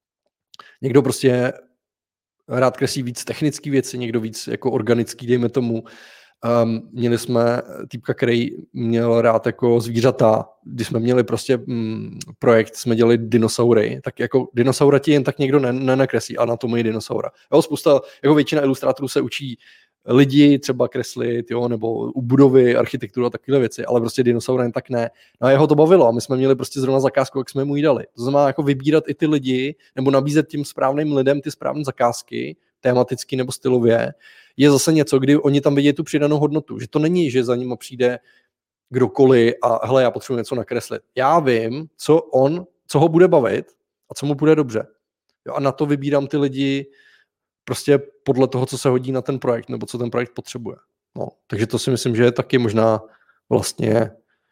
Někdo prostě rád kreslí víc technické věci, někdo víc jako organický, dejme tomu. Um, měli jsme týpka, který měl rád jako zvířata. Když jsme měli prostě mm, projekt, jsme dělali dinosaury, tak jako dinosaura ti jen tak někdo nenakreslí, anatomii dinosaura. Jo, spousta, jako většina ilustrátorů se učí lidi třeba kreslit, jo, nebo u budovy, architekturu a takové věci, ale prostě dinosaura jen tak ne. No a jeho to bavilo a my jsme měli prostě zrovna zakázku, jak jsme mu ji dali. To znamená jako vybírat i ty lidi, nebo nabízet tím správným lidem ty správné zakázky, tematicky nebo stylově, je zase něco, kdy oni tam vidí tu přidanou hodnotu. Že to není, že za ním přijde kdokoliv a hele, já potřebuji něco nakreslit. Já vím, co on, co ho bude bavit a co mu bude dobře. Jo, a na to vybírám ty lidi prostě podle toho, co se hodí na ten projekt, nebo co ten projekt potřebuje. No, takže to si myslím, že je taky možná vlastně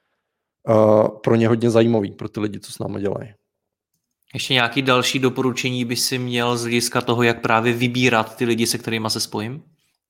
uh, pro ně hodně zajímavý, pro ty lidi, co s námi dělají. Ještě nějaký další doporučení by si měl z hlediska toho, jak právě vybírat ty lidi, se kterými se spojím?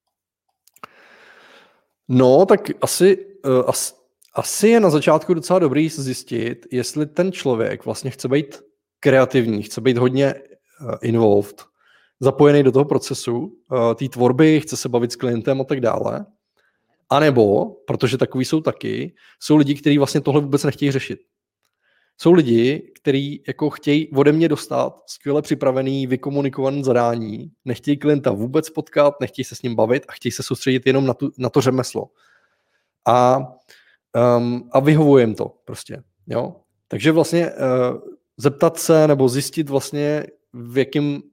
No, tak asi, uh, asi, asi je na začátku docela dobrý zjistit, jestli ten člověk vlastně chce být kreativní, chce být hodně uh, involved, zapojený do toho procesu, uh, té tvorby, chce se bavit s klientem a tak dále. A nebo, protože takový jsou taky, jsou lidi, kteří vlastně tohle vůbec nechtějí řešit. Jsou lidi, kteří jako chtějí ode mě dostat skvěle připravený, vykomunikovaný zadání, nechtějí klienta vůbec potkat, nechtějí se s ním bavit a chtějí se soustředit jenom na, tu, na to řemeslo. A, um, a vyhovuje jim to prostě. Jo? Takže vlastně uh, zeptat se nebo zjistit vlastně, v jakém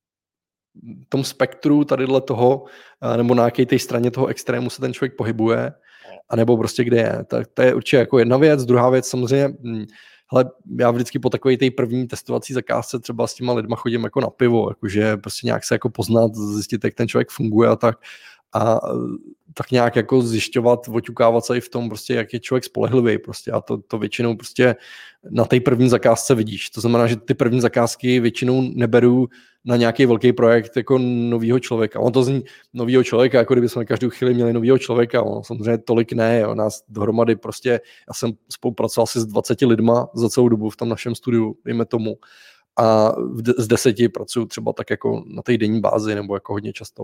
tom spektru tadyhle toho, uh, nebo na jaké té straně toho extrému se ten člověk pohybuje, anebo prostě kde je. Tak to je určitě jako jedna věc. Druhá věc samozřejmě, hm, hele, já vždycky po takové té první testovací zakázce třeba s těma lidma chodím jako na pivo, jakože prostě nějak se jako poznat, zjistit, jak ten člověk funguje a tak. A tak nějak jako zjišťovat, oťukávat se i v tom, prostě, jak je člověk spolehlivý. Prostě. A to, to většinou prostě na té první zakázce vidíš. To znamená, že ty první zakázky většinou neberu na nějaký velký projekt jako novýho člověka. On to zní novýho člověka, jako kdyby jsme každou chvíli měli novýho člověka. On samozřejmě tolik ne. Jo. Nás dohromady prostě, já jsem spolupracoval asi s dvaceti lidma za celou dobu v tom našem studiu, dejme tomu. A z deseti pracuju třeba tak jako na té denní bázi nebo jako hodně často.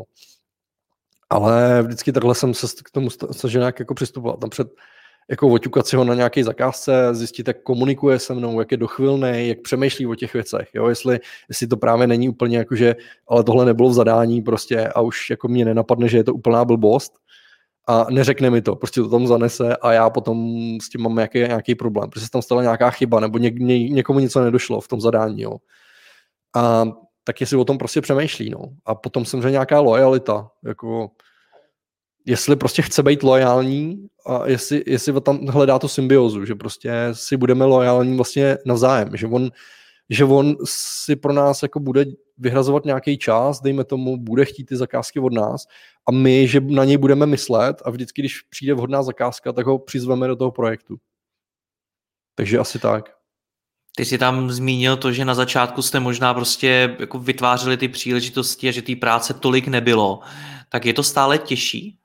Ale vždycky takhle jsem se k tomu snažil nějak jako přistupovat. Napřed jako oťukat si ho na nějaké zakázce, zjistit, jak komunikuje se mnou, jak je dochvilnej, jak přemýšlí o těch věcech. Jo? Jestli, jestli to právě není úplně jako, že ale tohle nebylo v zadání prostě a už jako mě nenapadne, že je to úplná blbost a neřekne mi to, prostě to tam zanese a já potom s tím mám nějaký, nějaký problém. Prostě tam stala nějaká chyba nebo ně, ně, někomu něco nedošlo v tom zadání. Jo? A tak jestli o tom prostě přemýšlí, no. A potom samozřejmě nějaká lojalita, jako jestli prostě chce být lojální a jestli, jestli tam hledá tu symbiózu, že prostě si budeme lojální vlastně navzájem, že on, že on si pro nás jako bude vyhrazovat nějaký čas, dejme tomu, bude chtít ty zakázky od nás a my, že na něj budeme myslet a vždycky, když přijde vhodná zakázka, tak ho přizveme do toho projektu. Takže asi tak. Ty jsi tam zmínil to, že na začátku jste možná prostě jako vytvářeli ty příležitosti a že té práce tolik nebylo. Tak je to stále těžší?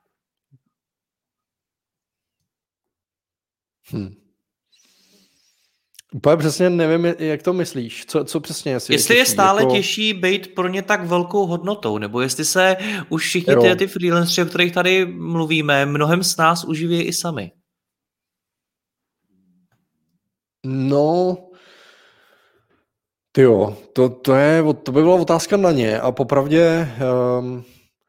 Hm. Úplně přesně nevím, jak to myslíš. Co, co přesně? Jestli, jestli je, je těžší, stále jako... těžší být pro ně tak velkou hodnotou, nebo jestli se už všichni ty, ty freelanceri, o kterých tady mluvíme, mnohem z nás uživí i sami. No, tyjo, to, to, je, to by byla otázka na ně a popravdě um,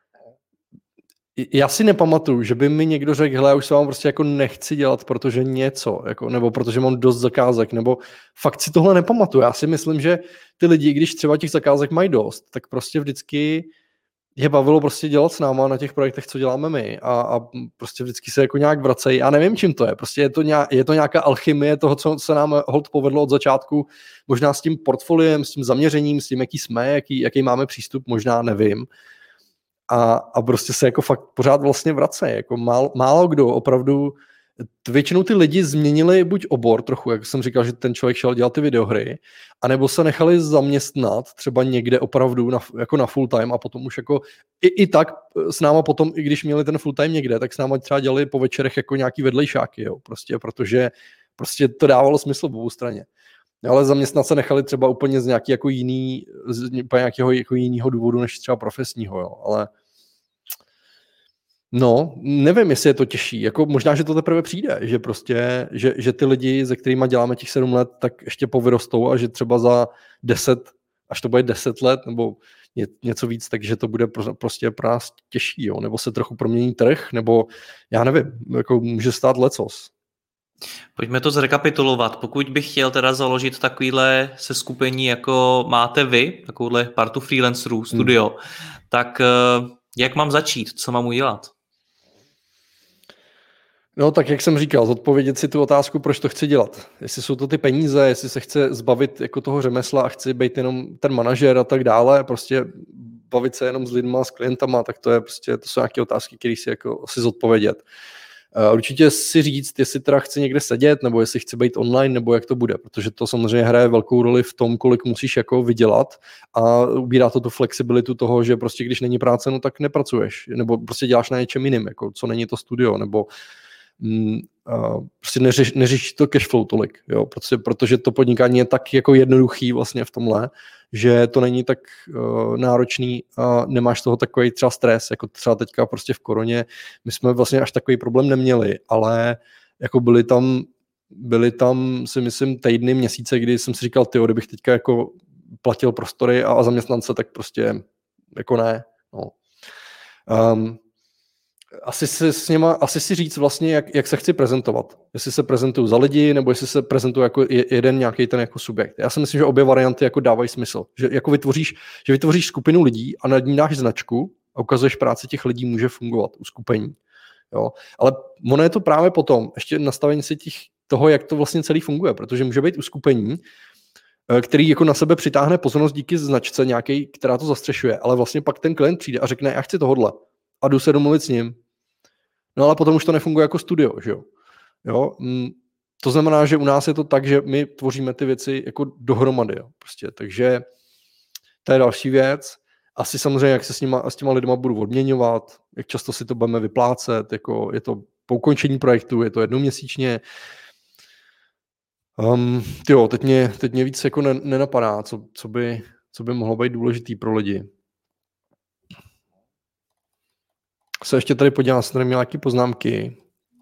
já si nepamatuju, že by mi někdo řekl, hele, já už se vám prostě jako nechci dělat, protože něco, jako, nebo protože mám dost zakázek, nebo fakt si tohle nepamatuju. Já si myslím, že ty lidi, když třeba těch zakázek mají dost, tak prostě vždycky je bavilo prostě dělat s náma na těch projektech, co děláme my a, a prostě vždycky se jako nějak vracejí. Já nevím, čím to je. Prostě je to, nějak, je to nějaká alchymie toho, co se nám hold povedlo od začátku. Možná s tím portfoliem, s tím zaměřením, s tím, jaký jsme, jaký, jaký máme přístup, možná nevím. A, a prostě se jako fakt pořád vlastně vracejí. Jako málo, málo kdo opravdu, většinou ty lidi změnili buď obor trochu, jak jsem říkal, že ten člověk šel dělat ty videohry, anebo se nechali zaměstnat třeba někde opravdu na, jako na full time a potom už jako i, i tak s náma potom, i když měli ten full time někde, tak s náma třeba dělali po večerech jako nějaký vedlejšáky, jo, prostě, protože prostě to dávalo smysl po obou straně. Ale zaměstnat se nechali třeba úplně z nějaký jako jiný, z nějakého jako jiného důvodu než třeba profesního, jo, ale no, nevím, jestli je to těžší. Jako možná, že to teprve přijde, že prostě, že, že ty lidi, se kterými děláme těch sedm let, tak ještě povyrostou a že třeba za deset, až to bude deset let, nebo ně, něco víc, takže to bude pro, prostě pro nás těžší, jo? Nebo se trochu promění trh, nebo já nevím, jako může stát lecos. Pojďme to zrekapitulovat. Pokud bych chtěl teda založit takovýhle seskupení, jako máte vy, takovouhle partu freelancerů, studio, hmm. tak jak mám začít? Co mám udělat? No tak jak jsem říkal, zodpovědět si tu otázku, proč to chci dělat. Jestli jsou to ty peníze, jestli se chce zbavit jako toho řemesla a chci být jenom ten manažer a tak dále, prostě bavit se jenom s lidma, s klientama, tak to je prostě, to jsou nějaké otázky, které si jako si zodpovědět. Uh, určitě si říct, jestli teda chci někde sedět, nebo jestli chci být online, nebo jak to bude, protože to samozřejmě hraje velkou roli v tom, kolik musíš jako vydělat a ubírá to tu flexibilitu toho, že prostě když není práce, no tak nepracuješ, nebo prostě děláš na něčem jiným, jako co není to studio, nebo mm, uh, prostě neřeš, neřešíš to cashflow tolik, jo, protože, protože to podnikání je tak jako jednoduchý vlastně v tomhle, že to není tak uh, náročný a nemáš toho takový třeba stres, jako třeba teďka prostě v koroně. My jsme vlastně až takový problém neměli, ale jako byly tam, byly tam si myslím týdny, měsíce, kdy jsem si říkal, tyjo, kdybych teďka jako platil prostory a, a zaměstnance, tak prostě jako ne. No. Um, Asi si, s něma, asi si říct vlastně, jak, jak se chci prezentovat. Jestli se prezentuju za lidi, nebo jestli se prezentuju jako jeden nějaký ten jako subjekt. Já si myslím, že obě varianty jako dávají smysl. Že jako vytvoříš, že vytvoříš skupinu lidí a nad ní dáš značku a ukazuješ práci těch lidí může fungovat u skupení. Jo? Ale ono je to právě potom, ještě nastavení si těch, toho, jak to vlastně celý funguje, protože může být u skupení, který jako na sebe přitáhne pozornost díky značce nějaký, která to zastřešuje, ale vlastně pak ten klient přijde a řekne, já chci tohodle a jdu se domluvit s ním. No ale potom už to nefunguje jako studio, že jo. jo? To znamená, že u nás je to tak, že my tvoříme ty věci jako dohromady, jo. Prostě, takže to je další věc. Asi samozřejmě, jak se s, nima, s těma lidma budu odměňovat, jak často si to budeme vyplácet, jako je to po ukončení projektu, je to jednoměsíčně. Um, tyjo, teď mě, teď mě víc jako nenapadá, co, co, by, co by mohlo být důležitý pro lidi. Se ještě tady podívám, jsem tady měl nějaké poznámky.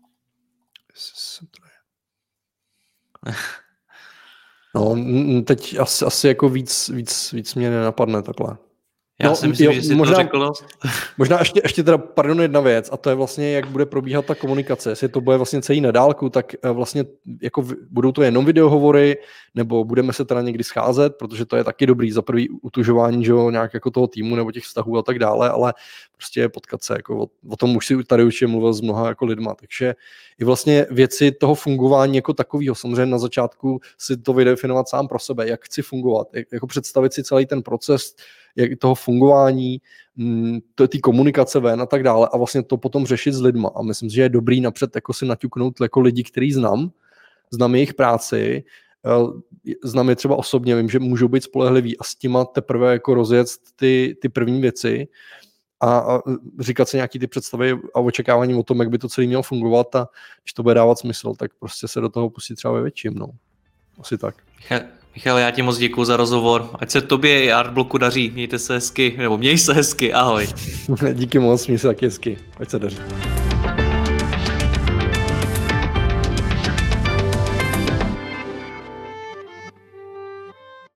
No, teď asi, asi jako víc, víc, víc mě nenapadne takhle. Já no, si myslím, jo, že jsi možná, to řekl. Možná ještě, ještě teda, pardon, jedna věc, a to je vlastně, jak bude probíhat ta komunikace. Jestli to bude vlastně celý na dálku, tak vlastně jako budou to jenom videohovory, nebo budeme se teda někdy scházet, protože to je taky dobrý za prvý utužování, že jo, nějak jako toho týmu nebo těch vztahů a tak dále, ale prostě potkat se, jako o, o tom už si tady určitě mluvil s mnoha jako lidma, takže i vlastně věci toho fungování jako takového, samozřejmě na začátku si to vydefinovat sám pro sebe, jak chci fungovat, jak, jako představit si celý ten proces, jak toho fungování, té komunikace ven a tak dále a vlastně to potom řešit s lidma. A myslím si, že je dobrý napřed jako si naťuknout jako lidi, který znám znám jejich práci, znám je třeba osobně, vím, že můžou být spolehliví a s těma teprve jako rozjet ty, ty první věci a, a říkat si nějaký ty představy a očekávání o tom, jak by to celé mělo fungovat a když to bude dávat smysl, tak prostě se do toho pustit třeba ve větším, no. Asi tak. Michal, já ti moc děkuju za rozhovor. Ať se tobě i Artbloku daří. Mějte se hezky, nebo měj se hezky. Ahoj. Díky moc, měj se taky hezky. Ať se daří.